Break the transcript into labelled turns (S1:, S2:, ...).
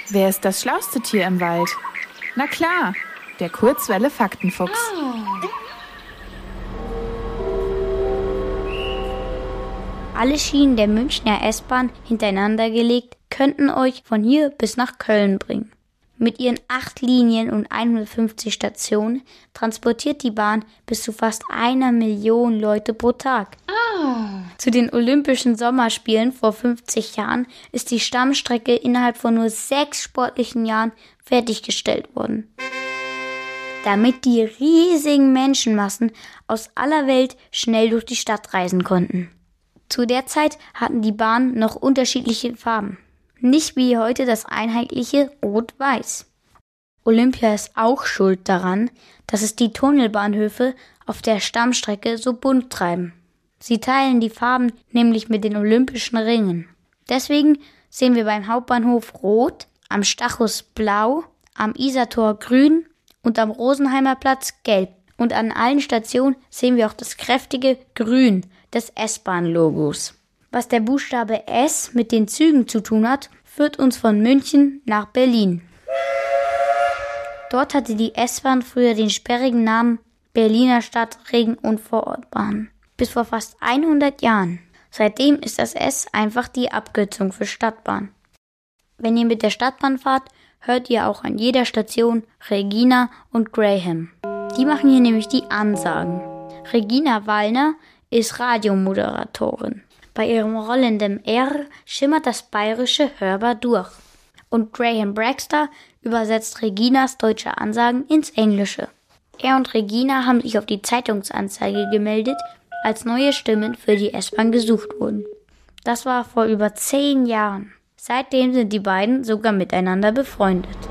S1: Wer ist das schlauste Tier im Wald? Na klar, der Kurzwelle-Faktenfuchs.
S2: Alle Schienen der Münchner S-Bahn hintereinander gelegt, könnten euch von hier bis nach Köln bringen. Mit ihren 8 Linien und 150 Stationen transportiert die Bahn bis zu fast 1 Million Leute pro Tag. Zu den Olympischen Sommerspielen vor 50 Jahren ist die Stammstrecke innerhalb von nur 6 sportlichen Jahren fertiggestellt worden. Damit die riesigen Menschenmassen aus aller Welt schnell durch die Stadt reisen konnten. Zu der Zeit hatten die Bahnen noch unterschiedliche Farben. Nicht wie heute das einheitliche Rot-Weiß. Olympia ist auch schuld daran, dass es die Tunnelbahnhöfe auf der Stammstrecke so bunt treiben. Sie teilen die Farben nämlich mit den Olympischen Ringen. Deswegen sehen wir beim Hauptbahnhof rot, am Stachus blau, am Isartor grün und am Rosenheimer Platz gelb. Und an allen Stationen sehen wir auch das kräftige Grün des S-Bahn-Logos. Was der Buchstabe S mit den Zügen zu tun hat, führt uns von München nach Berlin. Dort hatte die S-Bahn früher den sperrigen Namen Berliner Stadtregen- und Vorortbahn. Bis vor fast 100 Jahren. Seitdem ist das S einfach die Abkürzung für Stadtbahn. Wenn ihr mit der Stadtbahn fahrt, hört ihr auch an jeder Station Regina und Graham. Die machen hier nämlich die Ansagen. Regina Wallner ist Radiomoderatorin. Bei ihrem rollenden R schimmert das Bayerische hörbar durch. Und Graham Braxter übersetzt Reginas deutsche Ansagen ins Englische. Er und Regina haben sich auf die Zeitungsanzeige gemeldet, als neue Stimmen für die S-Bahn gesucht wurden. Das war vor über 10 Jahren. Seitdem sind die beiden sogar miteinander befreundet.